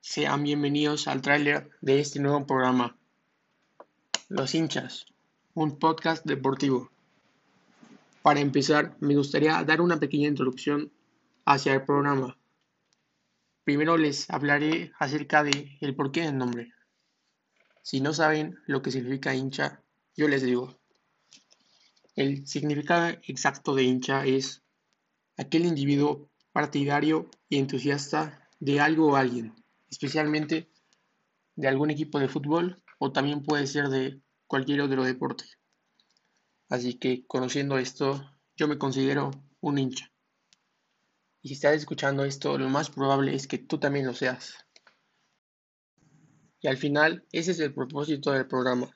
Sean bienvenidos al tráiler de este nuevo programa, Los Hinchas, un podcast deportivo. Para empezar, me gustaría dar una pequeña introducción hacia el programa. Primero les hablaré acerca de el porqué del nombre. Si no saben lo que significa hincha, yo les digo. El significado exacto de hincha es aquel individuo partidario y entusiasta de algo o alguien, especialmente de algún equipo de fútbol o también puede ser de cualquier otro deporte. Así que conociendo esto, yo me considero un hincha. Y si estás escuchando esto, lo más probable es que tú también lo seas. Y al final, ese es el propósito del programa.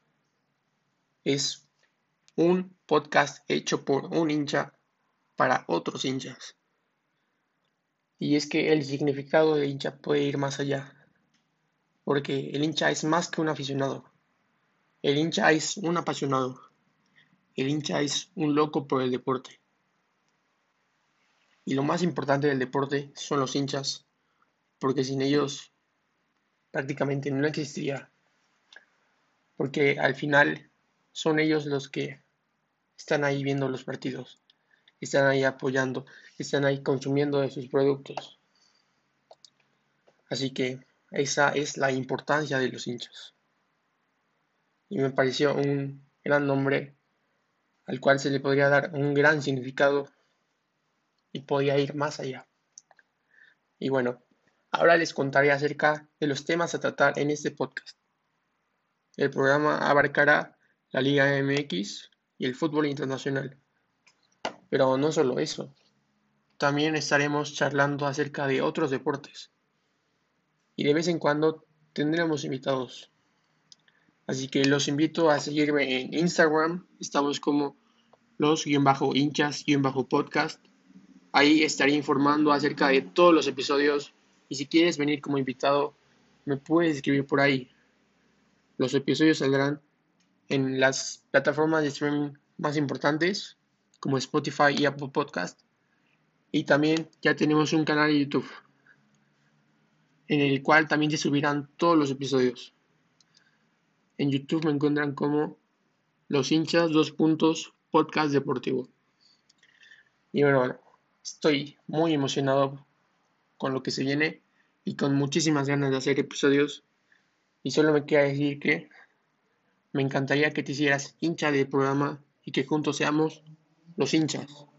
Es un podcast hecho por un hincha para otros hinchas. Y es que el significado de hincha puede ir más allá, porque el hincha es más que un aficionado. El hincha es un apasionado. El hincha es un loco por el deporte. Y lo más importante del deporte son los hinchas, porque sin ellos prácticamente no existiría, porque al final son ellos los que están ahí viendo los partidos, están ahí apoyando, están ahí consumiendo de sus productos. Así que esa es la importancia de los hinchas. Y me pareció un gran nombre al cual se le podría dar un gran significado y podía ir más allá. Y bueno, ahora les contaré acerca de los temas a tratar en este podcast. El programa abarcará la Liga MX y el fútbol internacional. Pero no solo eso, también estaremos charlando acerca de otros deportes. Y de vez en cuando tendremos invitados. Así que los invito a seguirme en Instagram. Estamos como los-hinchas-podcast. Ahí estaré informando acerca de todos los episodios. Y si quieres venir como invitado, me puedes escribir por ahí. Los episodios saldrán en las plataformas de streaming más importantes como Spotify y Apple Podcast. Y también ya tenemos un canal de YouTube en el cual también se subirán todos los episodios. En YouTube me encuentran como Los Hinchas Podcast Deportivo. Y bueno, estoy muy emocionado con lo que se viene y con muchísimas ganas de hacer episodios. Y solo me queda decir que me encantaría que te hicieras hincha del programa y que juntos seamos los hinchas.